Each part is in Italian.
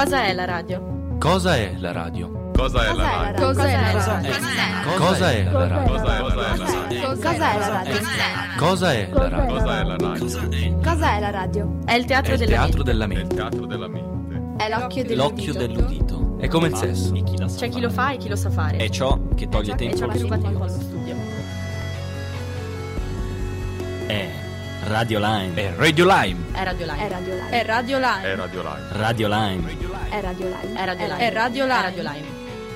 Cosa è la radio? Cosa è la radio? Cosa è la radio? Cosa è la radio? Cosa è la radio? Cosa è la radio? Cosa è la radio? Cosa è la radio? Cosa è la radio? Cosa è la radio? È il teatro È il della teatro della È il mente. teatro della mente. È l'occhio L'occhio dell'udito. È come il sesso. C'è chi lo fa e chi lo sa fare. È ciò che toglie E tempo ciò allo che ruba studio. tempo allo studio. È Radio Lime. È Radio Lime. È Radio Live. È Radio Live. È Radio Lime. È Radio Live. Radio Lime. È Radio Live. È Radio Live. È Radio È Live. Radio Live.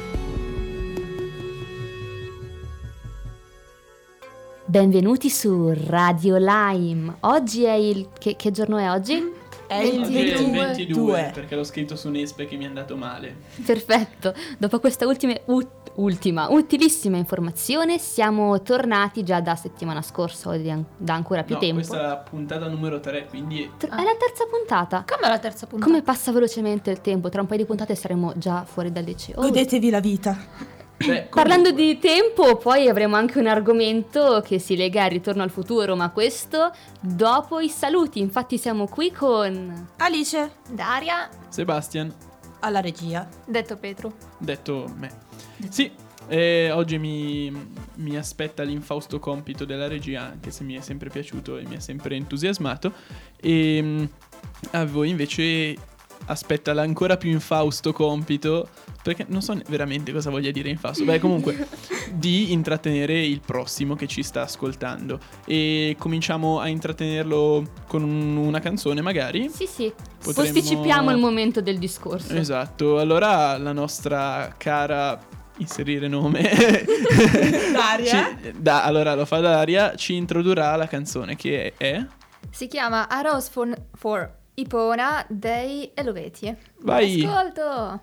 Benvenuti su Radio Lime. Oggi è il... Che giorno è oggi? È Oggi è il 22. 22, perché l'ho scritto su Nespe che mi è andato male. Perfetto. Dopo questa ultima utilissima informazione siamo tornati già da settimana scorsa o da ancora più No, tempo. questa è la puntata numero 3, quindi È la terza puntata. Come la terza puntata? Come passa velocemente il tempo? Tra un paio di puntate saremo già fuori dal liceo. Godetevi la vita. beh, Parlando comunque, di tempo, poi avremo anche un argomento che si lega al ritorno al futuro, ma questo dopo i saluti. Infatti siamo qui con... Alice, Daria. Sebastian, alla regia. Detto Petro. detto me. Sì, oggi mi aspetta l'infausto compito della regia, anche se mi è sempre piaciuto e mi ha sempre entusiasmato. E a voi invece aspetta l'ancora più infausto compito, perché non so veramente cosa voglia dire infausto. Beh, comunque, di intrattenere il prossimo che ci sta ascoltando. E cominciamo a intrattenerlo con una canzone, magari. Sì, Potremmo- posticipiamo il momento del discorso. Esatto, allora la nostra cara inserire nome Daria? allora lo fa Daria, ci introdurrà la canzone che è Si chiama A Rose for Ipona dei Helvetie. Vai. Ascolto.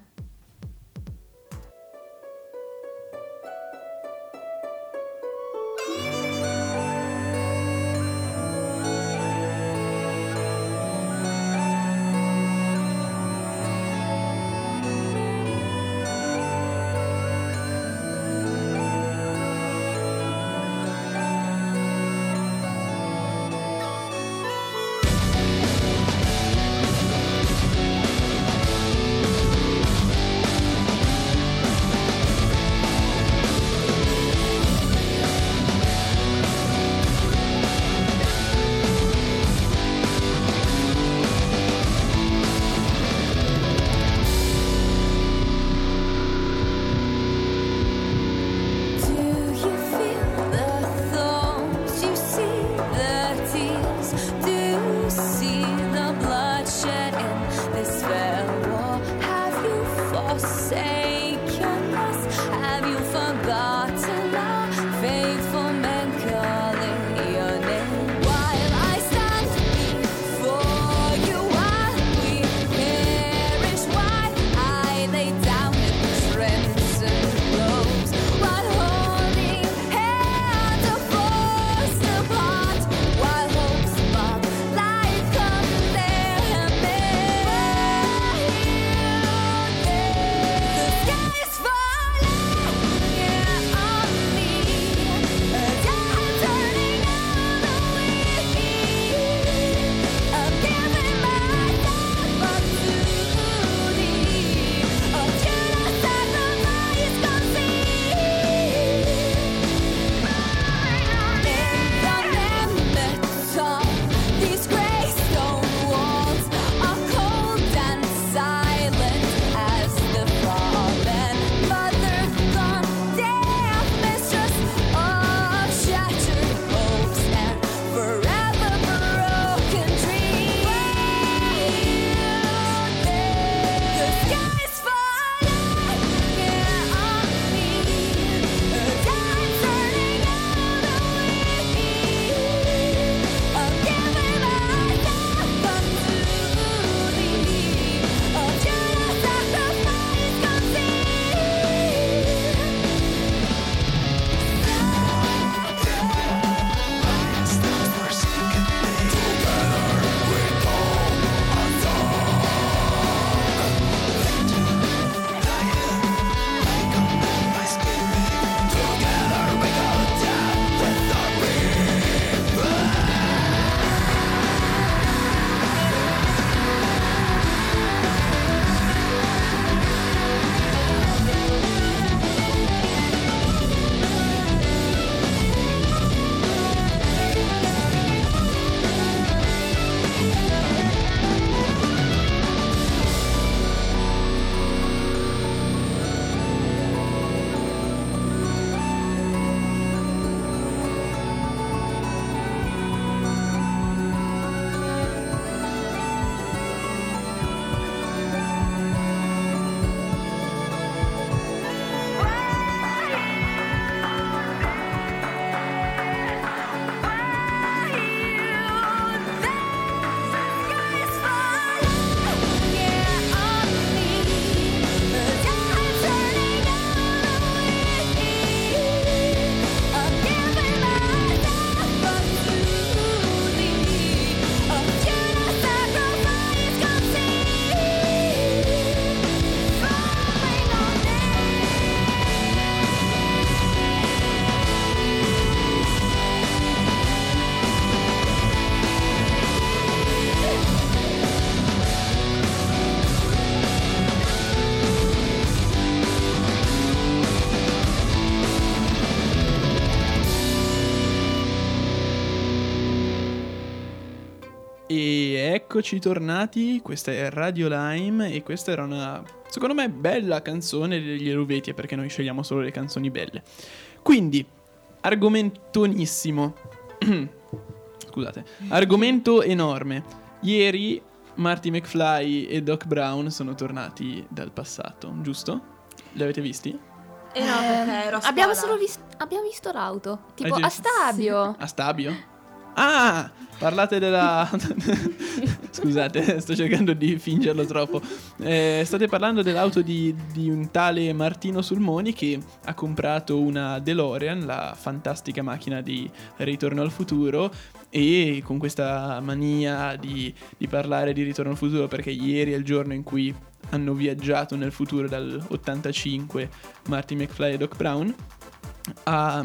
eccoci tornati, questa è Radio Lime e questa era una, secondo me, bella canzone degli Helvetia, perché noi scegliamo solo le canzoni belle. Quindi, argomentonissimo. Scusate, argomento enorme. Ieri Marty McFly e Doc Brown sono tornati dal passato, giusto? Li avete visti? No, perché ero a Abbiamo scuola. solo abbiamo visto l'auto. Tipo Hai a visto? Stabio. A Stabio? Ah, parlate della... Scusate, sto cercando di fingerlo troppo. State parlando dell'auto di un tale Martino Sulmoni che ha comprato una DeLorean, la fantastica macchina di Ritorno al futuro, e con questa mania di parlare di Ritorno al futuro, perché ieri è il giorno in cui hanno viaggiato nel futuro dal'85 Marty McFly e Doc Brown, ha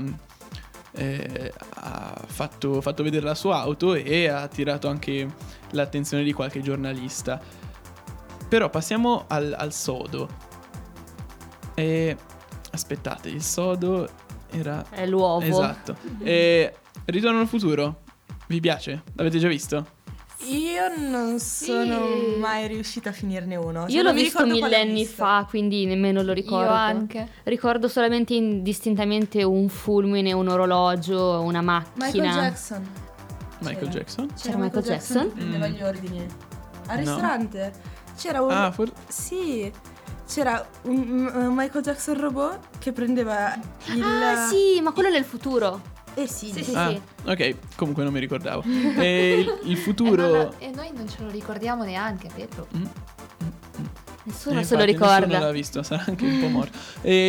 fatto vedere la sua auto e ha attirato anche l'attenzione di qualche giornalista. Però passiamo al sodo. Aspettate, il sodo era... È l'uovo. Esatto. Ritorno al futuro, vi piace? L'avete già visto? Io non sono mai riuscita a finirne uno. Cioè, Io l'ho non mi visto ricordo quale ho millenni visto. fa, quindi nemmeno lo ricordo. Io anche. Ricordo solamente indistintamente un fulmine, un orologio, una macchina. Michael Jackson. Michael Jackson? C'era Michael Jackson? che prendeva gli ordini. Al No. ristorante c'era un... Ah, Sì, c'era un Michael Jackson robot che prendeva il... Ah sì, ma quello è nel futuro. Sì. Sì, Ah, sì. ok, comunque non mi ricordavo. Il futuro... E noi non ce lo ricordiamo neanche, Pietro. Nessuno Eh, se lo infatti, Nessuno ricorda. l'ha visto, sarà anche un po' morto.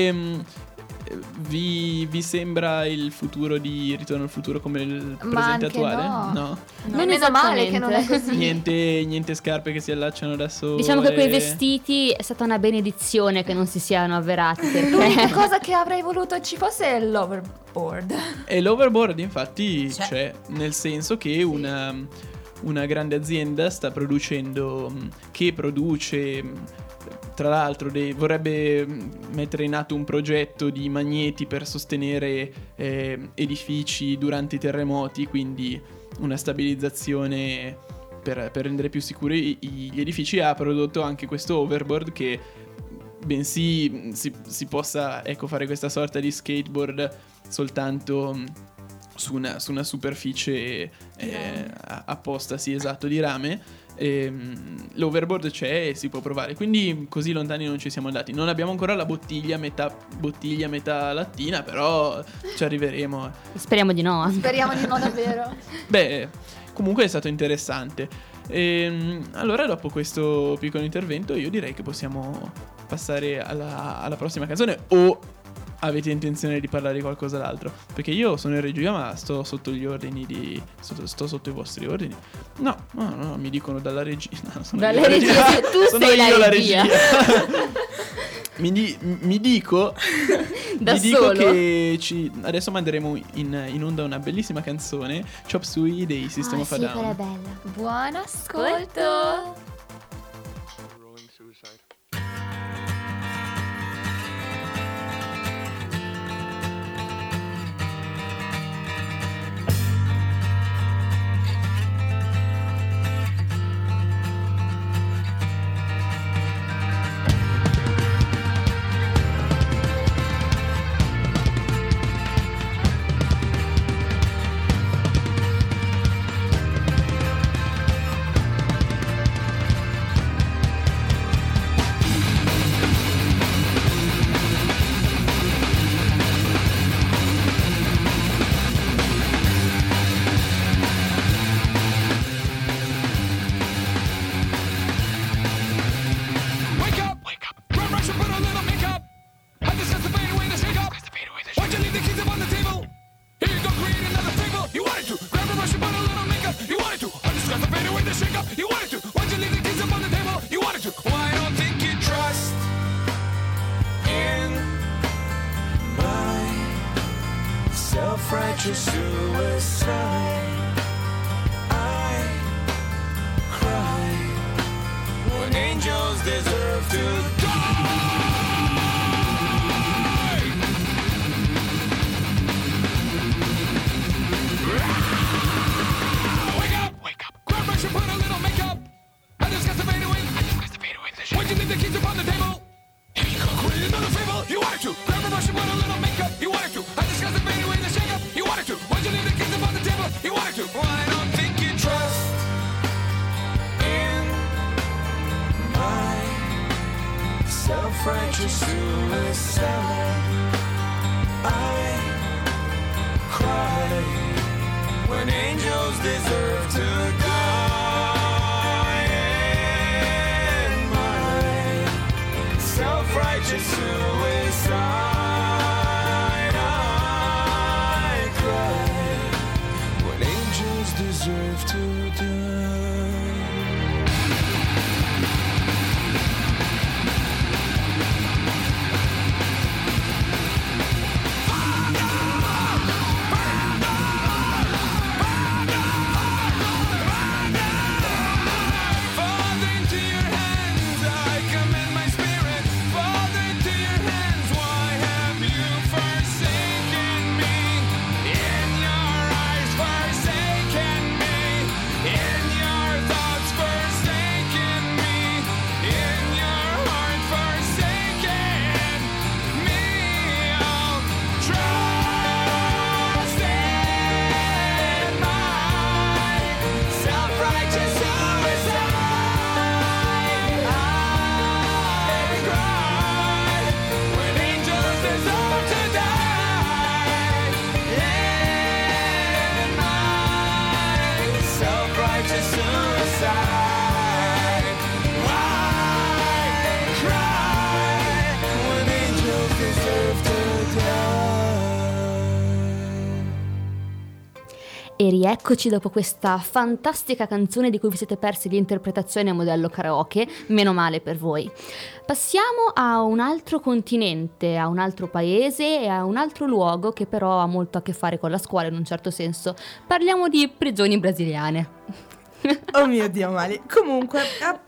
Vi sembra il futuro di Ritorno al futuro come il Ma presente anche attuale? no. Non Meno male che non è esattamente. così. Niente scarpe che si allacciano da sole. Diciamo che quei vestiti è stata una benedizione che non si siano avverati, L'unica perché cosa che avrei voluto ci fosse è l'overboard. E l'overboard infatti C'è. c'è, nel senso che una grande azienda sta producendo, che produce... Tra l'altro vorrebbe mettere in atto un progetto di magneti per sostenere edifici durante i terremoti, quindi una stabilizzazione per rendere più sicuri gli edifici. Ha prodotto anche questo overboard che, bensì si possa, ecco, fare questa sorta di skateboard soltanto su una superficie apposta, sì, esatto, di rame. L'overboard c'è e si può provare, quindi così lontani non ci siamo andati. Non abbiamo ancora la metà lattina, però ci arriveremo. speriamo di no. Speriamo di no davvero. Beh, comunque è stato interessante. Allora, dopo questo piccolo intervento, io direi che possiamo passare alla prossima canzone. O avete intenzione di parlare di qualcos'altro? Perché io sono in regia, ma sto sotto gli ordini di... Sto sotto i vostri ordini. No, mi dicono dalla regia. No, sono Dalle io la regie, regia. tu Sono sei io la regia. Mi dico Da vi dico solo. che adesso manderemo in onda una bellissima canzone, Chop Suey dei System of a sì, Down. quella è bella. Buon ascolto. Self-righteous suicide. I cry when angels deserve to die. Wake up, grab brush and put a little makeup. self-righteous suicide. I cry when angels deserve to die. And my self-righteous suicide. I cry when angels deserve to die. E rieccoci dopo questa fantastica canzone di cui vi siete persi l'interpretazione a modello karaoke, meno male per voi. Passiamo a un altro continente, a un altro paese e a un altro luogo che però ha molto a che fare con la scuola in un certo senso. Parliamo di prigioni brasiliane. Oh mio Dio, Mali. Comunque,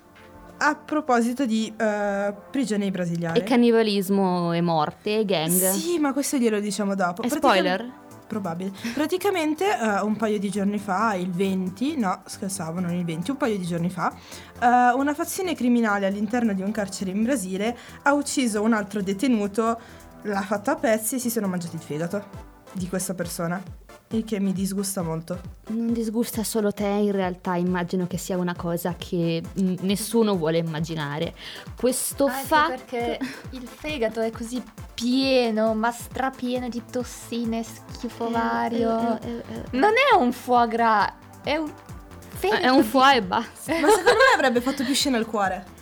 a proposito di prigioni brasiliane. E cannibalismo e morte e gang. Sì, ma questo glielo diciamo dopo. È spoiler? Probabile. Praticamente un paio di giorni fa, il 20, no scherzavo, non il 20, un paio di giorni fa, una fazione criminale all'interno di un carcere in Brasile ha ucciso un altro detenuto, l'ha fatto a pezzi e si sono mangiati il fegato di questa persona, il che mi disgusta molto. Non disgusta solo te, in realtà immagino che sia una cosa che nessuno vuole immaginare. Questo fatto... perché il fegato è così pieno, ma strapieno di tossine, schifo vario. Non è un foie gras, è un fegato. È un foie e basta. Ma secondo me avrebbe fatto più scena al cuore.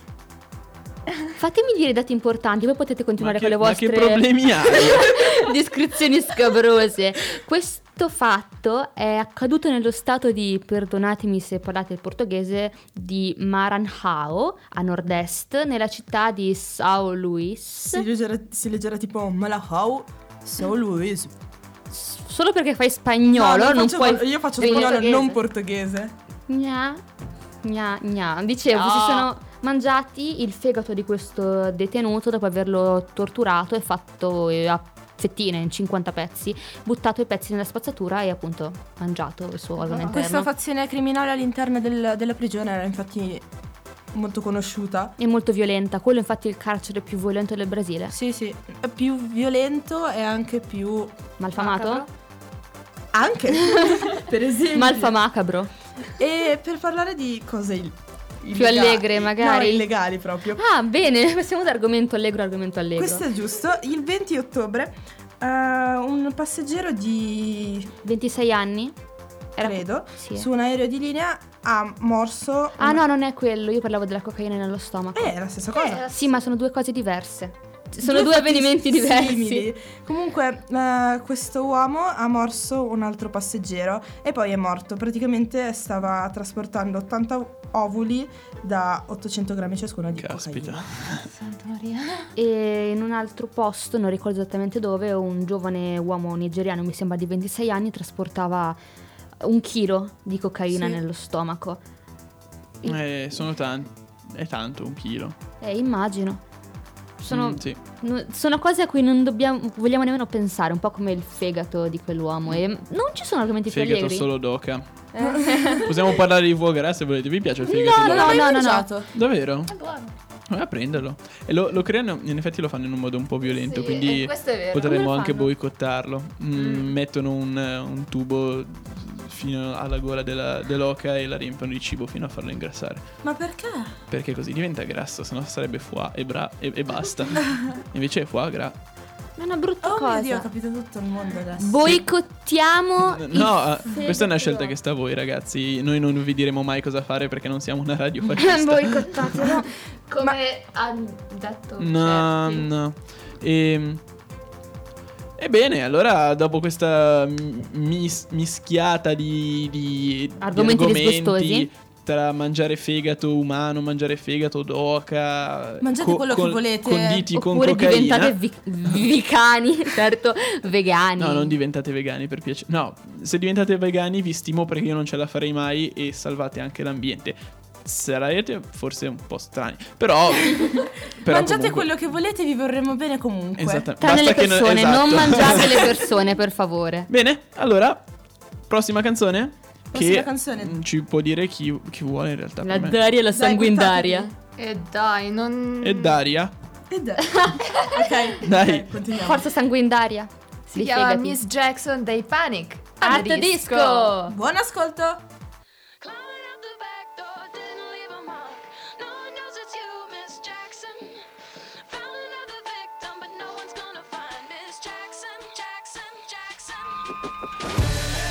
Fatemi dire i dati importanti, poi potete continuare con le vostre Ma che problemi hai? descrizioni scabrose. Questo fatto è accaduto nello stato di, perdonatemi se parlate il portoghese, di Maranhão, a nord-est, nella città di São Luís. Si leggerà tipo Maranhão, São Luís. Solo perché fai spagnolo, non puoi... Io faccio spagnolo, non portoghese. Gna, gna, gna. Dicevo, No. si sono mangiati il fegato di questo detenuto dopo averlo torturato e fatto a fettine, in 50 pezzi, buttato i pezzi nella spazzatura e appunto mangiato il suo organo interno. Questa fazione criminale all'interno della prigione era infatti molto conosciuta. È molto violenta, quello infatti è il carcere più violento del Brasile. Sì, è più violento e anche più... Malfamato? Anche, per esempio. Malfamacabro. E per parlare di cose Più allegre magari. No, illegali proprio. Ah, bene, passiamo da argomento allegro a argomento allegro. Questo è giusto. Il 20 ottobre un passeggero di 26 anni? credo, Sì. su un aereo di linea ha morso... Ah no, non è quello, io parlavo della cocaina nello stomaco. È la stessa cosa. Sì, ma sono due cose diverse. Sono due avvenimenti diversi. Simili. Comunque questo uomo ha morso un altro passeggero e poi è morto. Praticamente stava trasportando 80 ovuli da 800 grammi ciascuno di Caspita. cocaina. Santa Maria. E in un altro posto, non ricordo esattamente dove, un giovane uomo nigeriano, mi sembra di 26 anni, trasportava 1 chilo di cocaina Sì. nello stomaco. Sono tanti. È tanto 1 chilo. Immagino. Sì. Sono cose a cui non vogliamo nemmeno pensare, un po' come il fegato di quell'uomo. E non ci sono argomenti più Fegato allegri. solo d'oca. Possiamo parlare di foie gras se volete. Vi piace il fegato? Non l'ho mai no. mangiato. Davvero? È buono. Vai a prenderlo. E lo creano, in effetti lo fanno in un modo un po' violento, Sì, quindi questo è vero. potremmo Come lo anche fanno? boicottarlo. Mettono un tubo fino alla gola dell'oca e la riempiono di cibo fino a farla ingrassare. Ma perché? Perché così diventa grasso, sennò sarebbe foie e basta. Invece è foie gras. È una brutta Oh cosa. mio Dio, ho capito tutto il mondo adesso. Boicottiamo No, il questa è una fegato. scelta che sta a voi, ragazzi. Noi non vi diremo mai cosa fare perché non siamo una radio fascista. Boicottatelo. Come ha detto No, certi. no. Ebbene, allora dopo questa mischiata di Argomenti disgustosi. tra mangiare fegato umano, mangiare fegato d'oca, Mangiate quello che volete. conditi con Oppure cocaina. diventate vicani, certo, vegani. No, non diventate vegani per piacere. No, se diventate vegani vi stimo perché io non ce la farei mai e salvate anche l'ambiente. Sarete forse un po' strani, però Mangiate comunque- quello che volete, vi vorremmo bene comunque. Esattamente. Tranne le Basta che no- persone, non esatto. mangiate le persone, per favore. Bene, allora, prossima canzone. Prossima Che canzone. ci può dire chi vuole in realtà. La per me. Daria e la sanguindaria. E dai, non... E Daria. Ok, Dai. ok, continuiamo. Forza sanguindaria. Si Dei chiama fegati. Miss Jackson dei Panic At the disco. Buon ascolto. Climbing out the back door, didn't leave a mark. No one knows it's you, Miss Jackson. Found another victim, but no one's gonna find Miss Jackson, Jackson, Jackson.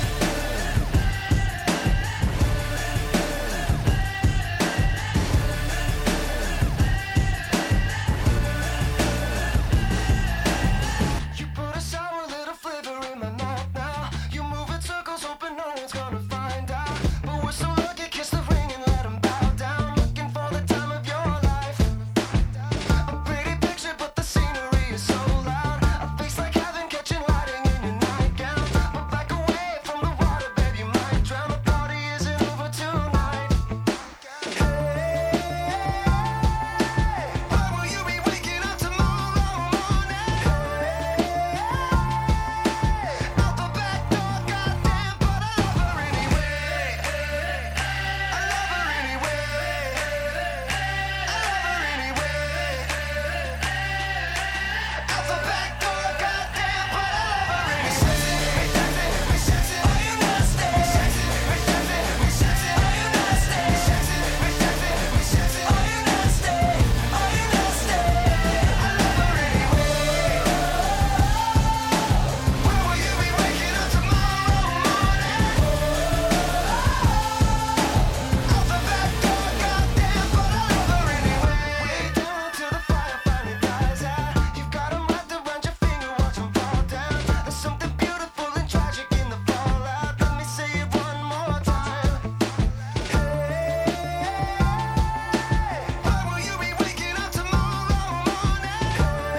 You put a sour little flavor in my mouth now. You move in circles, hoping no one's gonna find out. But we're so lucky, kiss the ring and let 'em bow down. Looking for the time of your life. A pretty picture, but the scenery is so loud. A face like heaven, catching lighting in your nightgown. But back away from the water, babe, you might drown. The party isn't over tonight. Hey, why will you be waking up tomorrow morning? Out the back door, goddamn, but I love her anyway. I love her anyway. I love her anyway. Out the back door, goddamn, but I love her anyway. Are you nasty? Are you nasty? Are you nasty? Are you nasty? I love her anyway. Where will you be waking up tomorrow morning? Out the back door, goddamn, but I love her anyway. Down to the fire, finally dies out. You've got 'em wrapped around your finger, watch 'em fall down. There's something beautiful and tragic in the fallout. Let me say it one more time. Why will you be waking up tomorrow morning?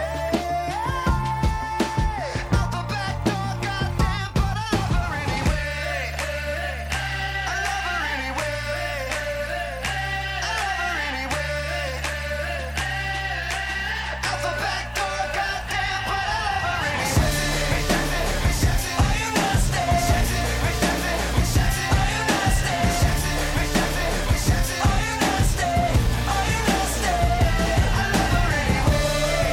Out the back door, goddamn, but I love her anyway. I love her anyway. I love her anyway. Out the back door, goddamn, but I love her anyway. Are you nasty? Are you nasty? Are you nasty? Are you nasty? I love her anyway.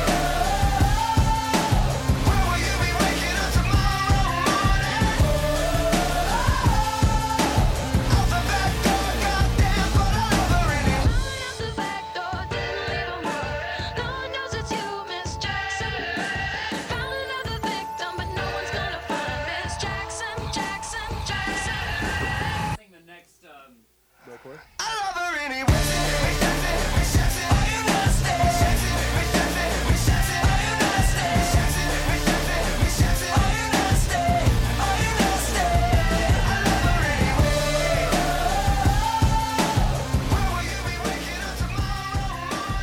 Where will you be waking up tomorrow morning? Out the back door, goddamn, but I love her anyway. Climbing out the back door, didn't leave a mark. No one knows it's you, Miss Jackson. Found another victim, but no one's gonna find Miss Jackson, Jackson, Jackson. I love her anyway. Are you nasty? Are you nasty? Are you nasty? Are you nasty? I love her anyway. Where will you be waking up tomorrow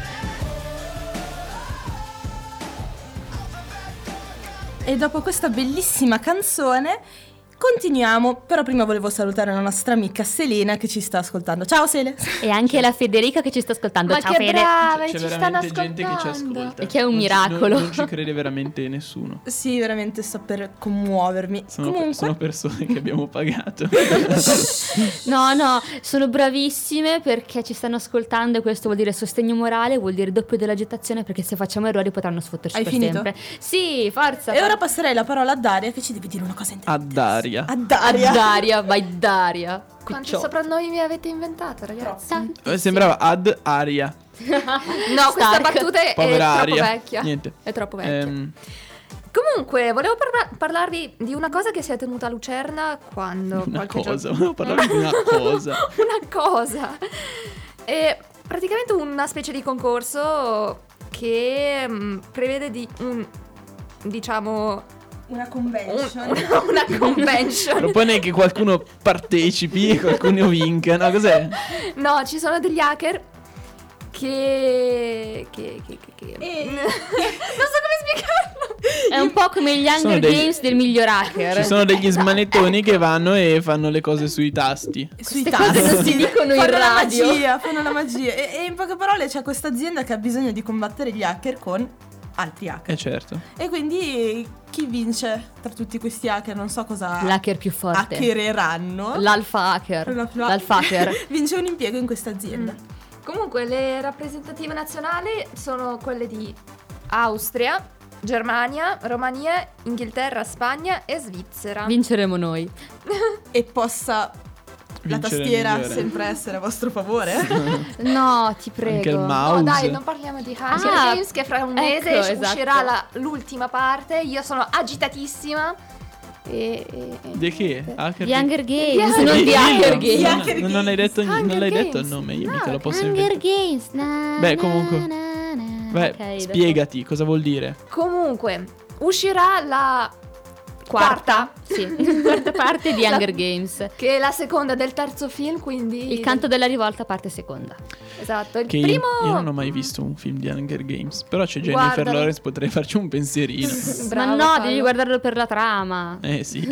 morning? E dopo questa bellissima canzone continuiamo, però prima volevo salutare la nostra amica Selena che ci sta ascoltando. Ciao Sele! E anche la Federica che ci sta ascoltando. Ma Ciao che Fede. brave, C'è ci stanno veramente gente che ci ascoltando. ascolta. E che è un Non ci- miracolo. non ci crede veramente nessuno. Sì, veramente sto per commuovermi. Comunque, Sono persone che abbiamo pagato. No, sono bravissime perché ci stanno ascoltando e questo vuol dire sostegno morale, vuol dire doppio dell'agitazione perché se facciamo errori potranno sfotterci Hai per finito? sempre. Sì, forza. e ora passerei la parola a Daria che ci deve dire una cosa A interessante. Daria. Daria. A Daria. Daria, vai Daria. Quanti Picciotto. soprannomi mi avete inventato, ragazzi? Sembrava ad aria. No, questa Stark. battuta è Povera troppo aria. vecchia. Niente. È troppo vecchia. Ehm, Comunque, volevo parlarvi di una cosa che si è tenuta a Lucerna quando... una qualche cosa. giorno- Volevo parlare di una cosa. Una cosa. È praticamente una specie di concorso che prevede diciamo Una convention. una convention. Propone che qualcuno partecipi e qualcuno vinca. No, cos'è? No, ci sono degli hacker che non so come spiegarlo. È un po' come gli Sono Hunger dei- Games del miglior hacker. Ci sono degli smanettoni che vanno e fanno le cose sui tasti. Sui Queste cose tasti. non si dicono in Fanno la radio. magia, fanno la magia. E in poche parole c'è questa azienda che ha bisogno di combattere gli hacker con altri hacker. Certo. E quindi chi vince tra tutti questi hacker? Non so cosa L'hacker più forte. hackereranno. L'alfa hacker. L'alfa hacker. Vince un impiego in questa azienda. Comunque le rappresentative nazionali sono quelle di Austria, Germania, Romania, Inghilterra, Spagna e Svizzera. Vinceremo noi. E possa la Vincere il tastiera migliore. sempre essere a vostro favore. No, ti prego. Anche il No mouse. dai, non parliamo di Hunger Ah, Games che fra un mese ecco, esatto. uscirà l'ultima parte. Io sono agitatissima. E Di che? Hacker Di Hunger Games, Di- non di Dillo. Hunger Di Games. Hunger Non, non hai detto, non Hunger l'hai Games. detto il nome, io No, mica lo posso Hunger inventare. Games. Beh, comunque. Beh, Ok, spiegati cosa vuol dire. comunque uscirà la quarta, Sì, quarta parte di Hunger Games. che è la seconda del terzo film, quindi Il canto della rivolta, parte seconda. esatto, il Che primo io non ho mai visto un film di Hunger Games. Però c'è Jennifer Guardalo. Lawrence, potrei farci un pensierino. Bravo, Ma no, Paolo. devi guardarlo per la trama. Sì.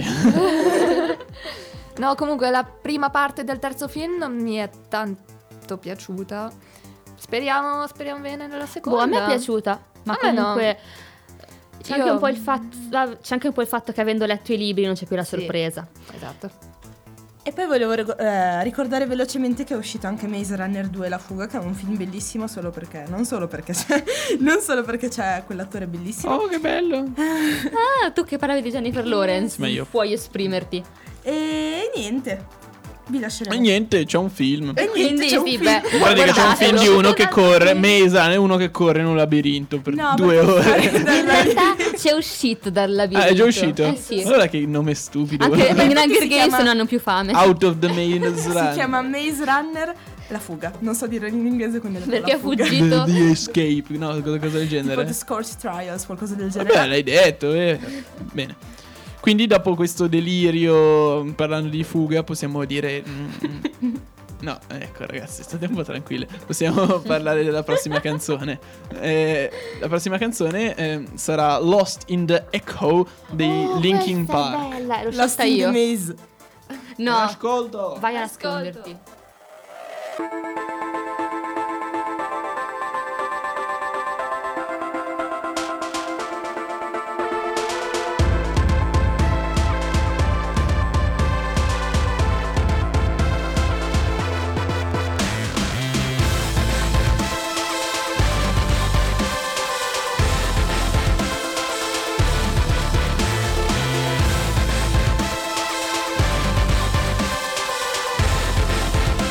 No, comunque la prima parte del terzo film non mi è tanto piaciuta. Speriamo bene nella seconda. Boh, a me è piaciuta. Ma A me no. comunque c'è anche Io- un po' il fatto che avendo letto i libri non c'è più la Sì. sorpresa. Esatto. E poi volevo ricordare velocemente che è uscito anche Maze Runner 2 La fuga, che è un film bellissimo solo perché non solo perché c'è quell'attore bellissimo. Oh, che bello. Ah, tu che parlavi di Jennifer Lawrence, Ma io- puoi esprimerti. E niente. Vi lasceremo. E niente, c'è un film. E niente, Quindi c'è un sì, film. beh, In pratica c'è un film di uno che corre, Mesa, è uno che corre in un labirinto per No, 2 perché ore. fare In dal- realtà c'è uscito dal labirinto. Ah, è già uscito? Eh sì. Allora che nome stupido. Anche in Infatti Hunger si Games chiama- non hanno più fame. Out of the Maze Si Run. chiama Maze Runner La fuga. Non so dire in inglese quindi ho detto Perché La ha fuga. fuggito. The Escape, no, qualcosa del Tipo genere. The Scorched Trials, qualcosa del genere. Vabbè, l'hai detto, Bene. Quindi dopo questo delirio parlando di fuga possiamo dire no, ecco ragazzi, state un po' tranquille. Possiamo parlare della prossima canzone. La prossima canzone sarà Lost in the Echo dei Linkin Questa è Park. bella, l'ho Lost scelta in the io. Maze. No, Ascolto. vai a Ascolto. nasconderti. Lost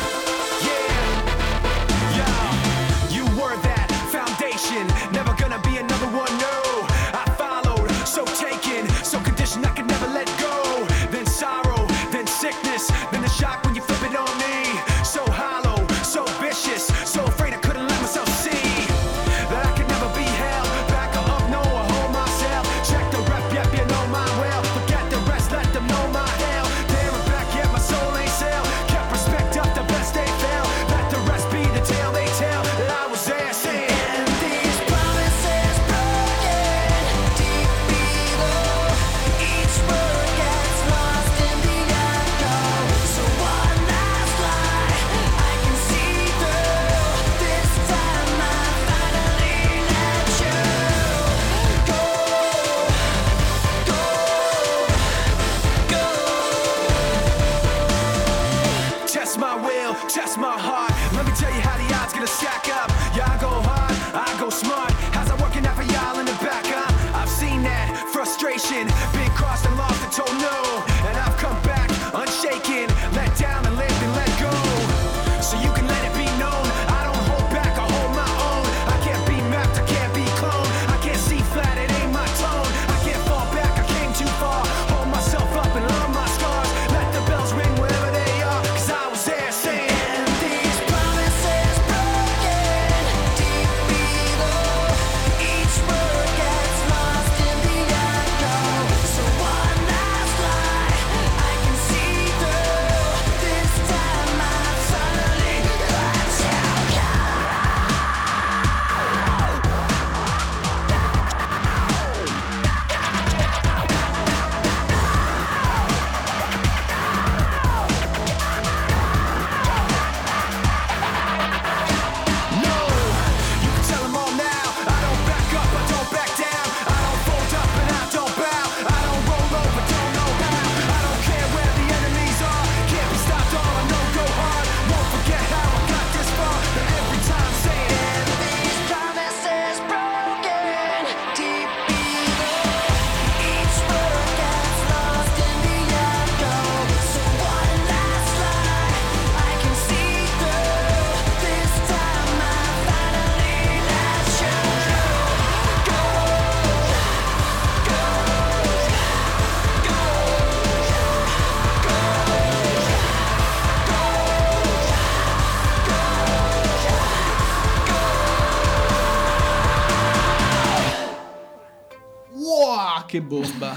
che bomba.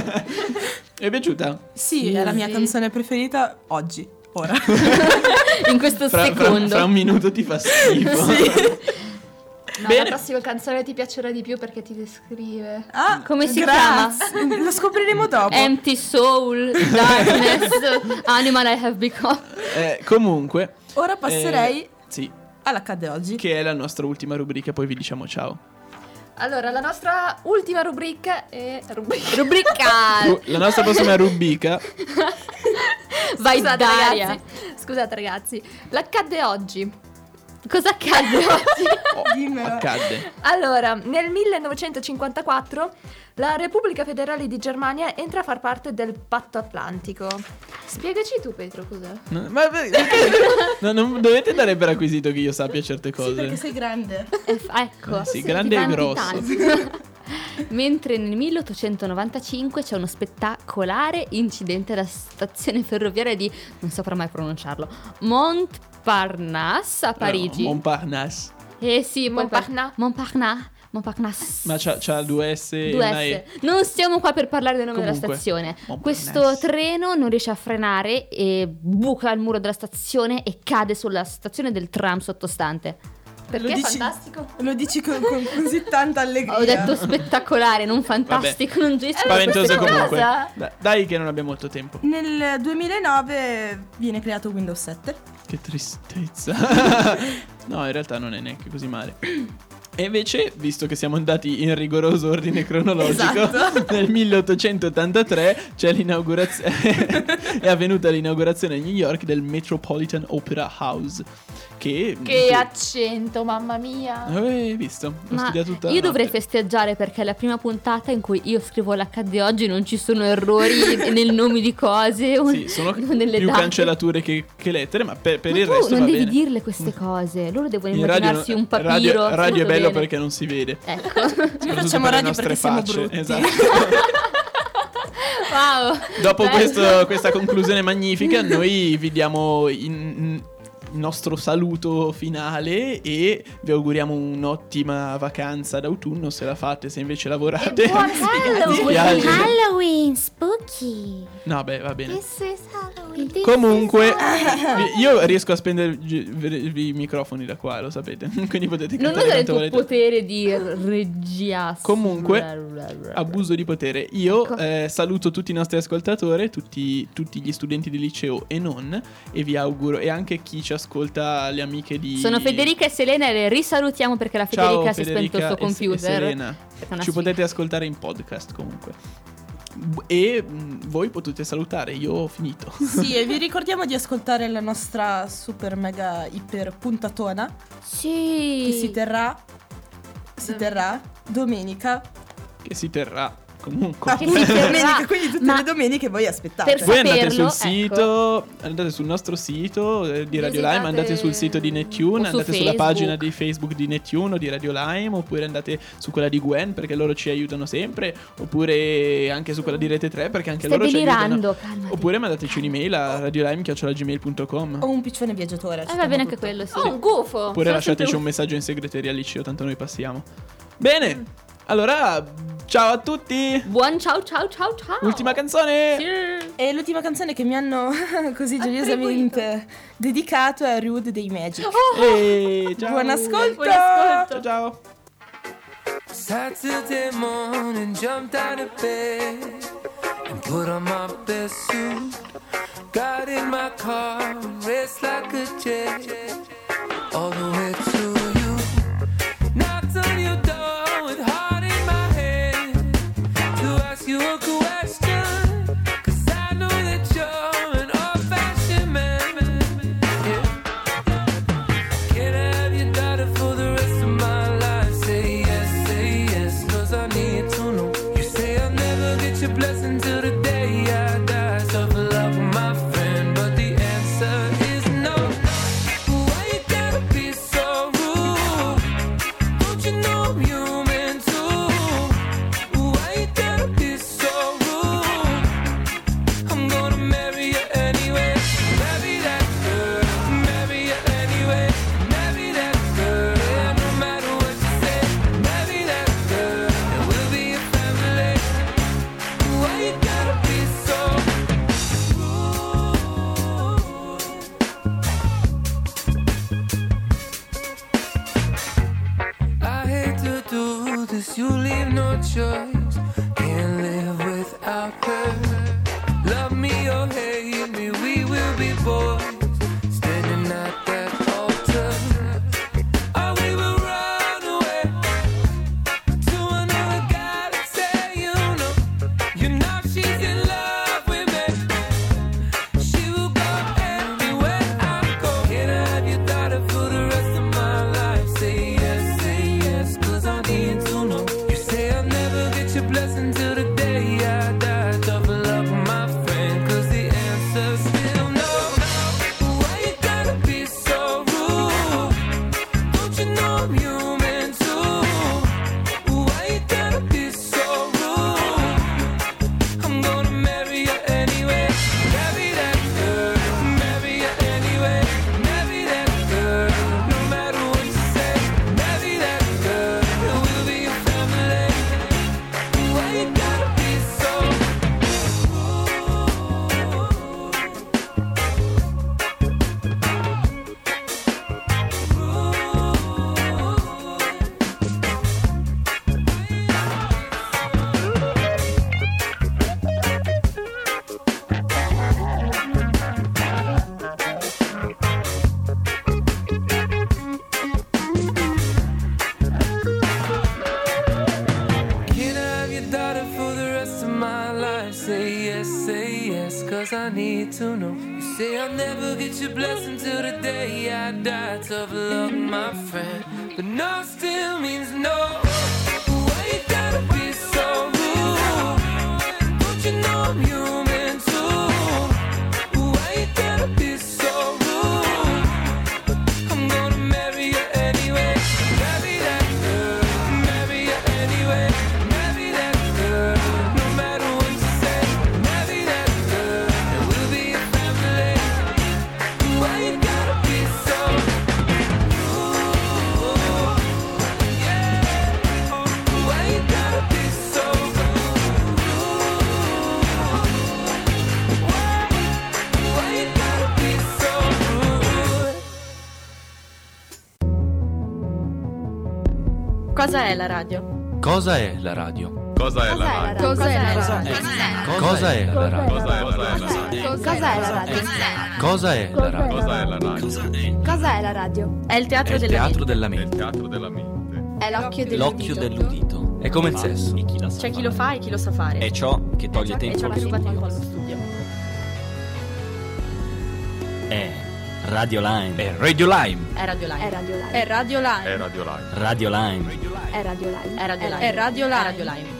È piaciuta? Sì, è la mia canzone preferita oggi, ora. In questo secondo. Fra un minuto ti fa schifo. No, Bene. la prossima canzone ti piacerà di più perché ti descrive. Ah, Come si grazie. Lo scopriremo dopo. Empty soul, darkness, animal I have become. Comunque, Ora passerei sì, all'accade oggi. che è la nostra ultima rubrica, poi vi diciamo ciao. Allora, la nostra ultima rubrica è... Rubrica. La nostra prossima rubrica. Vai, Scusate, Daria. ragazzi. Scusate ragazzi, l'accadde oggi. Cosa accade oggi? Dimmelo. Accadde. Allora, nel 1954 la Repubblica Federale di Germania entra a far parte del Patto Atlantico. Spiegaci tu, Pietro, cos'è? Ma perché? No, non dovete dare per acquisito che io sappia certe cose. Sì, perché sei grande. Ecco. Sì, grande e grosso. Mentre nel 1895 c'è uno spettacolare incidente alla stazione ferroviaria di, non saprò mai pronunciarlo, Montparnasse a Parigi. Montparnasse. Sì, Montparnasse. Montparnasse. Ma c'ha due S e Due una S. E. Non stiamo qua per parlare del nome della Comunque, stazione. Montparnasse. Questo treno non riesce a frenare e buca il muro della stazione e cade sulla stazione del tram sottostante. Perché Lo è dici- fantastico? Lo dici con così tanta allegria. Ho detto spettacolare, non fantastico, non giudico Spaventoso questa comunque. cosa. Dai che non abbiamo molto tempo. Nel 2009 viene creato Windows 7. Che tristezza. No, in realtà non è neanche così male. E invece, visto che siamo andati in rigoroso ordine cronologico, Esatto. nel 1883 c'è l'inaugurazione è avvenuta l'inaugurazione a New York del Metropolitan Opera House. Che accento, mamma mia. avevi visto? Ho Ma studiato tutta la io dovrei notte. festeggiare perché è la prima puntata in cui io scrivo l'accadde oggi, non ci sono errori nel nome di cose o Sì, sono nelle più date. cancellature che lettere, ma per Ma il tu resto non va devi bene. dirle queste cose, loro devono In radio, immaginarsi un papiro. radio è tutto bello bene. perché non si vede. Ecco. Soprattutto facciamo per le radio nostre perché siamo facce. brutti. Esatto. Wow. Dopo Bello. questa conclusione magnifica, noi vi diamo il nostro saluto finale e vi auguriamo un'ottima vacanza d'autunno se la fate, se invece lavorate. buon Mi spiace. Halloween, spooky. No, beh, va bene. This is Halloween. Comunque, io riesco a spendere i microfoni da qua, lo sapete. Quindi potete Non cantare usare il quanto tuo volete. potere di regia. Comunque, abuso di potere. Io saluto tutti i nostri ascoltatori, tutti gli studenti del liceo e non, e vi auguro, e anche chi ci ascolta, le amiche di... Sono Federica e Selena e le risalutiamo perché la Ciao, Federica si è spento il suo e computer. Serena. Perché è una Ci sfiga. potete ascoltare in podcast comunque. E voi potete salutare, io ho finito. Sì, e vi ricordiamo di ascoltare la nostra super mega iper puntatona Sì. che si terrà domenica. Che si terrà comunque. Che si terrà. Domenica, quindi tutte Ma le domeniche voi aspettate. per Voi andate saperlo, sul sito, andate sul nostro sito di Radio Visitate- Lime, andate sul sito di Nettune, O su andate sulla Facebook. pagina di Facebook di Nettune o di Radio Lime, oppure andate su quella di Gwen perché loro ci aiutano sempre, oppure anche su quella di Rete 3 perché anche Stai loro ci aiutano. delirando, calmati. Oppure mandateci un'email a radiolime@gmail.com. O un piccione viaggiatore. Va bene anche quello, sì. Oh, un gufo. Oppure sono lasciateci sempre- un messaggio in segreteria al liceo, tanto noi passiamo. Bene, allora ciao a tutti. Buon ciao ciao ciao ciao. Ultima canzone. E l'ultima canzone che mi hanno così gioiosamente dedicato è Rude dei Magic. E ciao. Buon ascolto! Buon ascolto. Ciao ciao. Saturday morning, jumped out of bed and put on my best suit. Got in my car, raced like a jet all the way to you. Knocked on your door with heart in my head to ask you a question, 'cause I know that you're an old-fashioned man. Yeah. Can I have your daughter for the rest of my life? Say yes, 'cause I need to know. You say I'll never get your blessing till the day I die. Tough love, my friend, but the answer is no. Why you gotta be so rude? choice, you leave no choice. Can't live without her. Love me or hate me, we will be boys. Standing at that altar. Or we will run away to another guy to say, you know she's in love with me. She will go everywhere I go. Can I have your daughter for the rest of my life? Say yes, 'cause I need to know. You say I'll never get your blessing till the day I die. Tough love with my friend, 'cause the answer's still no. Why you gotta be so rude? Don't you know I'm human too? Why you gotta be so rude? I'm gonna marry you anyway. Marry that girl, marry you anyway. Marry that girl, no matter what you say. Marry that girl, we'll be a family. Why you gotta be so Can I have your daughter for the rest of my life? Say yes, 'cause I need to know. You say I'll never get your blessing till the day I die. Tough luck, my friend, but no still means no. Why you gotta be so rude? Don't you know I'm human too? Why you gotta be so rude? I'm gonna marry you anyway. Marry that girl, marry you anyway. Marry that girl, no matter what you say. Marry that girl, and we'll be a family. Why you gotta be so rude? Yeah. Why you gotta be so rude? Why you gotta be so rude? Cosa è la radio? Cosa è la radio? Cosa è la radio? Cosa è la radio? Cosa è la radio? Cosa è la radio? Cos'è la radio? Cosa è la radio? Cosa è la radio? Cos'è la radio? È il È teatro il della teatro della È il mente. teatro della mente. È l'occhio L'occhio dell'udito. È come il sesso. E chi la sa C'è chi fare. lo fa e chi lo sa fare. È ciò che toglie E tempo ciò allo che ruba tempo studio. allo studio. È Radio Line. È Radio Lime. È Radio Line. È Radio Live. È Radio Line. È Radio Live. Radio Line. È Radio Live. È Radio Line. È Radio Line. È Radio Line.